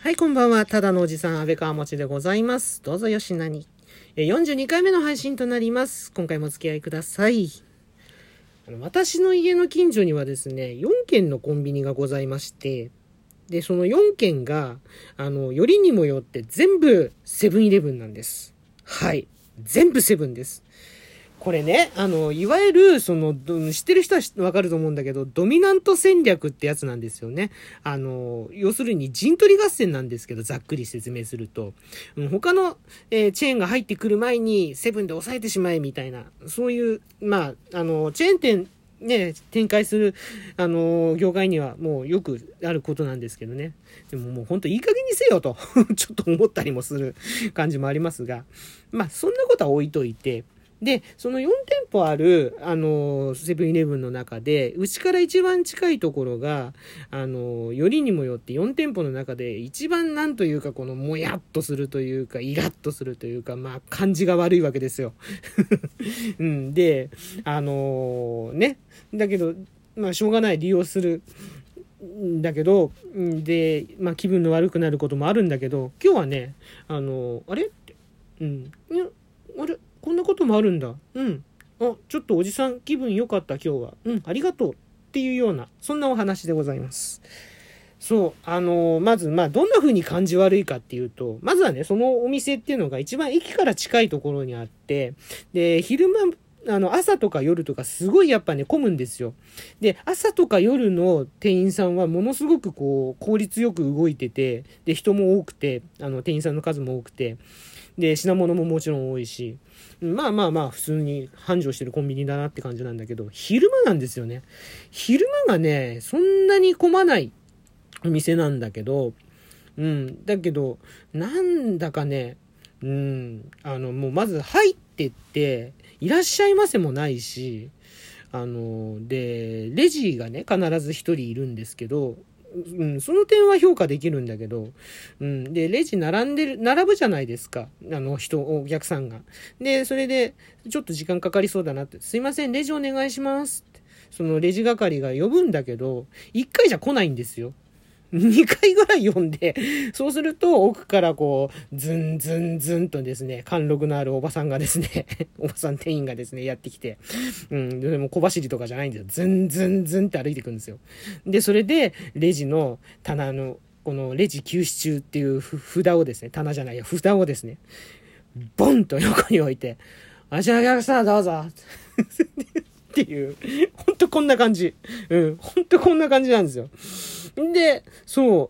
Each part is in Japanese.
はい、こんばんは。ただのおじさん、安倍川もちでございます。どうぞよしなに。42回目の配信となります。今回もお付き合いください。私の家の近所にはですね、4軒のコンビニがございまして、で、その4軒が、よりにもよって全部セブンイレブンなんです。はい。全部セブンです。これね、いわゆる、知ってる人はわかると思うんだけど、ドミナント戦略ってやつなんですよね。要するに陣取り合戦なんですけど、ざっくり説明すると。他の、チェーンが入ってくる前に、セブンで抑えてしまえみたいな、そういう、チェーン店、ね、展開する、業界にはもうよくあることなんですけどね。でももうほんといい加減にせよと、ちょっと思ったりもする感じもありますが、そんなことは置いといて、で、その4店舗ある、セブンイレブンの中で、うちから一番近いところが、よりにもよって4店舗の中で一番なんというか、このもやっとするというか、イラッとするというか、感じが悪いわけですよ。うん、で、ね、だけど、しょうがない、利用する。だけど、で、気分の悪くなることもあるんだけど、今日はね、あれって、あれこんなこともあるんだ。ちょっとおじさん気分良かった今日は。ありがとう。っていうような、そんなお話でございます。そう、まず、どんな風に感じ悪いかっていうと、まずはね、そのお店っていうのが一番駅から近いところにあって、で、昼間、朝とか夜とかすごいやっぱね、混むんですよ。で、朝とか夜の店員さんはものすごくこう、効率よく動いてて、で、人も多くて、店員さんの数も多くて、で、品物ももちろん多いし、普通に繁盛してるコンビニだなって感じなんだけど、昼間なんですよね。昼間がね、そんなに混まないお店なんだけど、だけど、なんだかね、もうまず入ってって、いらっしゃいませもないし、で、レジがね、必ず一人いるんですけど、その点は評価できるんだけど、で、レジ並ぶじゃないですか。お客さんが。で、それで、ちょっと時間かかりそうだなって、すいません、レジお願いしますって。そのレジ係が呼ぶんだけど、1回じゃ来ないんですよ。2回ぐらい読んで、そうすると奥からこう、ズンズンズンとですね、貫禄のあるおばさんがですね、おばさん店員がですね、やってきて、でも小走りとかじゃないんですよ。ズンズンズンって歩いてくるんですよ。で、それで、レジの棚の、このレジ休止中っていう札をですね、棚じゃないや、札をですね、ボンと横に置いて、あちらお客さんどうぞっていう、ほんとこんな感じ。ほんとこんな感じなんですよ。で、そう、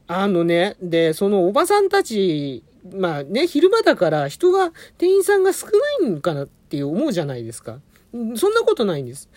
で、そのおばさんたち、昼間だから店員さんが少ないんかなって思うじゃないですか。そんなことないんです。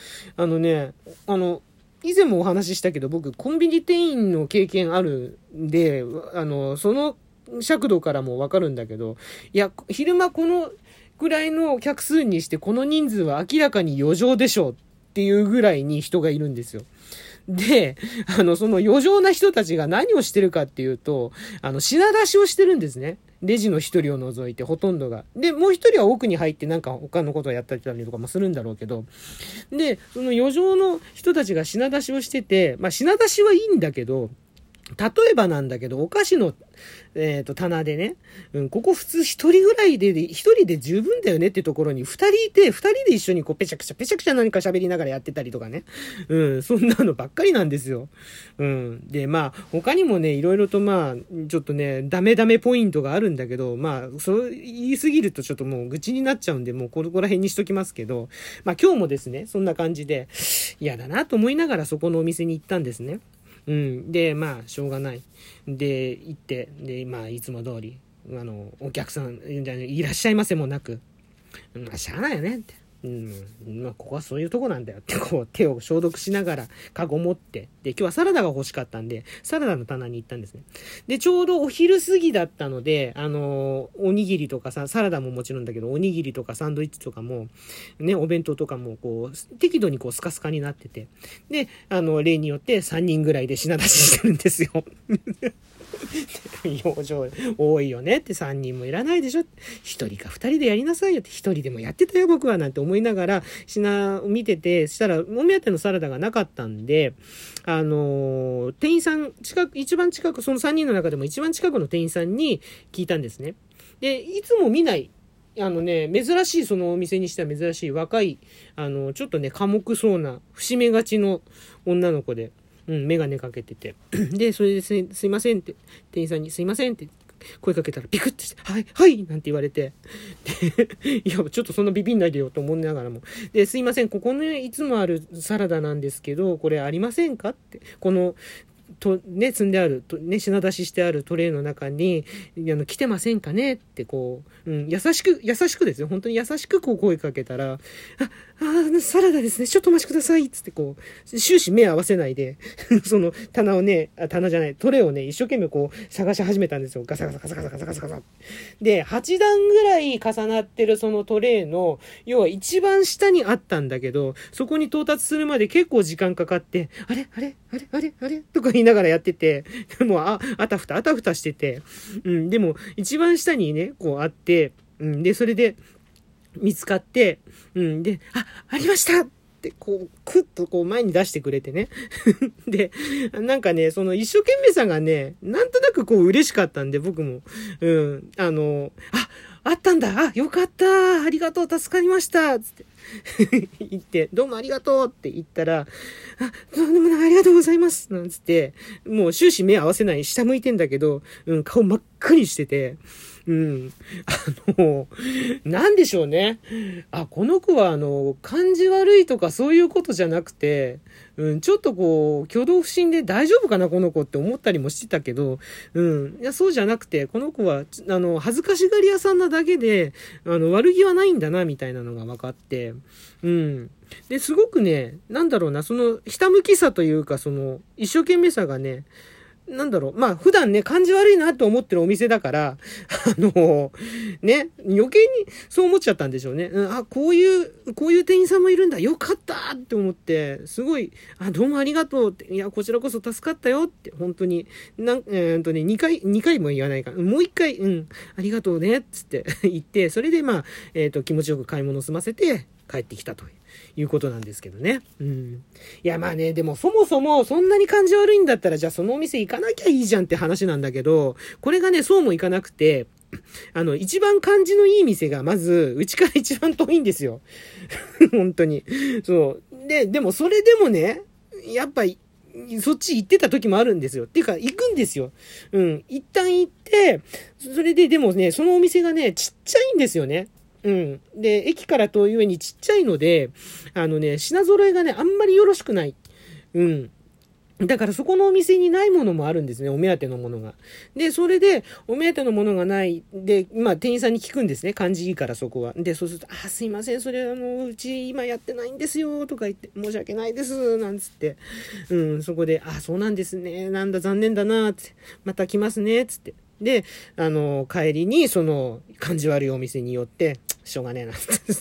以前もお話ししたけど、僕、コンビニ店員の経験あるんで、その尺度からもわかるんだけど、いや、昼間このぐらいの客数にして、この人数は明らかに余剰でしょうっていうぐらいに人がいるんですよ。で、その余剰な人たちが何をしてるかっていうと、品出しをしてるんですね。レジの一人を除いて、ほとんどが。で、もう一人は奥に入ってなんか他のことをやったりとかもするんだろうけど。で、その余剰の人たちが品出しをしてて、品出しはいいんだけど、例えばなんだけど、お菓子の、棚でね、ここ普通一人ぐらいで、一人で十分だよねってところに二人いて、二人で一緒にこうペチャクチャ何か喋りながらやってたりとかね。そんなのばっかりなんですよ。で、他にもね、いろいろとちょっとね、ダメポイントがあるんだけど、そう言い過ぎるとちょっともう愚痴になっちゃうんで、もうここら辺にしときますけど、今日もですね、そんな感じで、嫌だなと思いながらそこのお店に行ったんですね。で、しょうがない。で、行って、で、いつも通り、お客さん、いらっしゃいませもなく、しゃあないよねって。ここはそういうとこなんだよって、こう、手を消毒しながら、カゴ持って、で、今日はサラダが欲しかったんで、サラダの棚に行ったんですね。で、ちょうどお昼過ぎだったので、おにぎりとかサラダももちろんだけど、おにぎりとかサンドイッチとかも、ね、お弁当とかも、こう、適度にこう、スカスカになってて、で、例によって3人ぐらいで品出ししてるんですよ。 養生多いよねって3人もいらないでしょ。1人か2人でやりなさいよって、1人でもやってたよ僕はなんて思いながら品を見てて、したらお目当てのサラダがなかったんで、店員さん一番近く、その3人の中でも一番近くの店員さんに聞いたんですね。で、いつも見ない珍しい、そのお店にしては珍しい若い、ちょっとね、寡黙そうな、節目がちの女の子で、メガネかけてて。で、それですいませんって、店員さんにすいませんって声かけたらビクッとして、はい、はいなんて言われて。で、いや、ちょっとそんなビビんないでよと思いながらも。で、すいません、ここね、いつもあるサラダなんですけど、これありませんかって。この、積んである、品出ししてあるトレイの中に、来てませんかねって優しくですよ。本当に優しく声かけたら、サラダですね。ちょっとお待ちください。つって終始目合わせないで、その棚をね、トレイをね、一生懸命探し始めたんですよ。ガサガサガサガサガサガサガサ。で、8段ぐらい重なってるそのトレイの、要は一番下にあったんだけど、そこに到達するまで結構時間かかって、あれとか言いながらやってて、もうあたふたしてて、でも一番下にね、あって、で、それで見つかって、で、ありましたってクッと前に出してくれてね。で、なんかね、その一生懸命さがね、なんとなく嬉しかったんで、僕も、あったんだ、よかった、ありがとう、助かりました、つって。言って、どうもありがとうって言ったら、どうもありがとうございます、なんつって、もう終始目合わせない、下向いてんだけど、顔真っ赤にしてて、なんでしょうね。この子は感じ悪いとかそういうことじゃなくて、ちょっと挙動不審で大丈夫かなこの子って思ったりもしてたけど、いやそうじゃなくて、この子は恥ずかしがり屋さんなだけで悪気はないんだなみたいなのが分かって、で、すごくね、なんだろうな、そのひたむきさというか、その一生懸命さがね、なんだろう。普段ね、感じ悪いなと思ってるお店だから、ね、余計にそう思っちゃったんでしょうね。こういう店員さんもいるんだ。よかったって思って、すごい、どうもありがとうって、いや、こちらこそ助かったよって、本当に、2回も言わないか。もう1回、ありがとうね、つって言って、それで気持ちよく買い物済ませて帰ってきたということなんですけどね。いやでもそもそもそんなに感じ悪いんだったらじゃあそのお店行かなきゃいいじゃんって話なんだけど、これがねそうもいかなくて、一番感じのいい店がまずうちから一番遠いんですよ。本当に。そう。でもそれでもね、やっぱそっち行ってた時もあるんですよ。っていうか行くんですよ。一旦行って、それででもね、そのお店がね、ちっちゃいんですよね。で、駅から遠い上にちっちゃいので、品揃えがね、あんまりよろしくない。だからそこのお店にないものもあるんですね、お目当てのものが。で、それで、お目当てのものがない。で、店員さんに聞くんですね、感じいいからそこは。で、そうすると、すいません、それうち今やってないんですよ、とか言って、申し訳ないです、なんつって。そこで、そうなんですね、なんだ、残念だな、つって、また来ますね、つって。で、帰りに、その、感じ悪いお店に寄って、しょうがねえな、つって、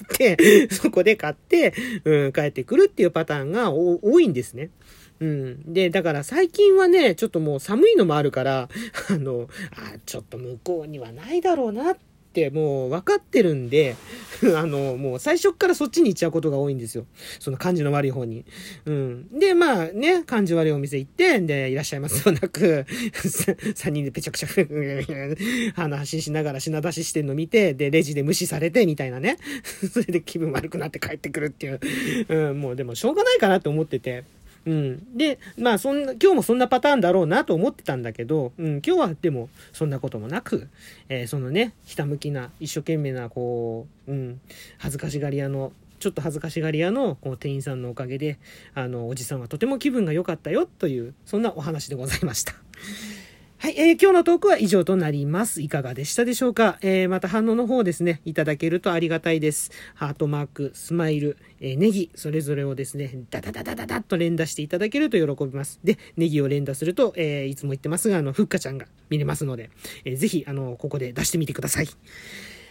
そこで買って、帰ってくるっていうパターンが多いんですね。で、だから最近はね、ちょっともう寒いのもあるから、ちょっと向こうにはないだろうなってもう分かってるんで、もう最初からそっちに行っちゃうことが多いんですよ。その感じの悪い方に。で、感じ悪いお店行って、で、いらっしゃいますもなく、3人でぺちゃくちゃ、話しながら品出ししてんの見て、で、レジで無視されて、みたいなね。それで気分悪くなって帰ってくるっていう。もうでもしょうがないかなと思ってて。で、今日もそんなパターンだろうなと思ってたんだけど、今日はでもそんなこともなく、そのね、ひたむきな、一生懸命な、ちょっと恥ずかしがり屋の、店員さんのおかげで、おじさんはとても気分が良かったよ、という、そんなお話でございました。はい、今日のトークは以上となります。いかがでしたでしょうか？また反応の方ですね、いただけるとありがたいです。ハートマーク、スマイル、ネギ、それぞれをですね、ダダッと連打していただけると喜びます。で、ネギを連打すると、いつも言ってますが、ふっかちゃんが見れますので、ぜひ、ここで出してみてください。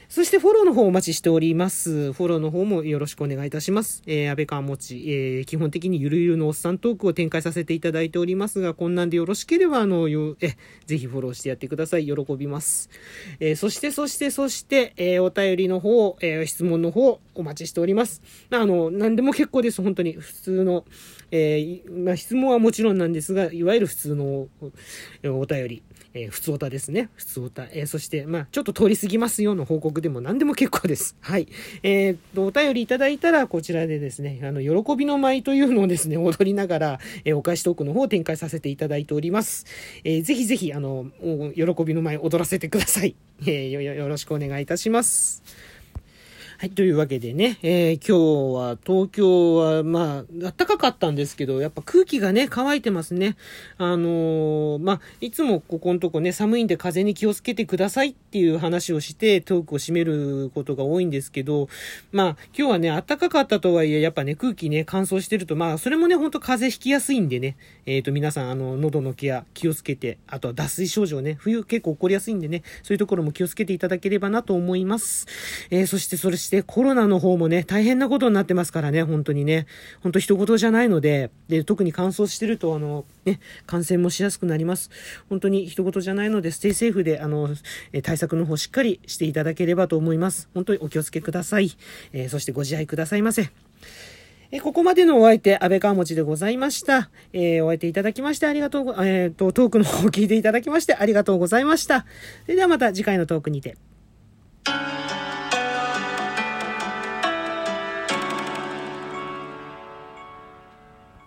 そしてフォローの方お待ちしております。フォローの方もよろしくお願いいたします。安倍川もち、基本的にゆるゆるのおっさんトークを展開させていただいておりますが、こんなんでよろしければ、ぜひフォローしてやってください。喜びます。そして、お便りの方、質問の方、お待ちしております。何でも結構です。本当に、普通の、質問はもちろんなんですが、いわゆる普通のお便り。普通おたですね。普通おた。そして、ちょっと通り過ぎますよの報告でも何でも結構です。はい。お便りいただいたら、こちらでですね、喜びの舞というのをですね、踊りながら、お返しトークの方を展開させていただいております。ぜひぜひ、喜びの舞踊らせてください。よろしくお願いいたします。はい。というわけでね、今日は東京は、暖かかったんですけど、やっぱ空気がね、乾いてますね。いつもここのとこね、寒いんで風に気をつけてくださいっていう話をして、トークを締めることが多いんですけど、今日はね、暖かかったとはいえ、やっぱね、空気ね、乾燥してると、それもね、ほんと風邪ひきやすいんでね、皆さん、喉のケア気をつけて、あとは脱水症状ね、冬結構起こりやすいんでね、そういうところも気をつけていただければなと思います。そしてコロナの方もね、大変なことになってますからね、本当にね。本当一言じゃないので、特に乾燥してると、感染もしやすくなります。本当に一言じゃないので、ステイセーフで、対策の方しっかりしていただければと思います。本当にお気をつけください。そしてご自愛くださいませ。ここまでのお相手、安倍川もちでございました。お相手いただきましてありがとうトークの方を聞いていただきましてありがとうございました。それではまた次回のトークにて。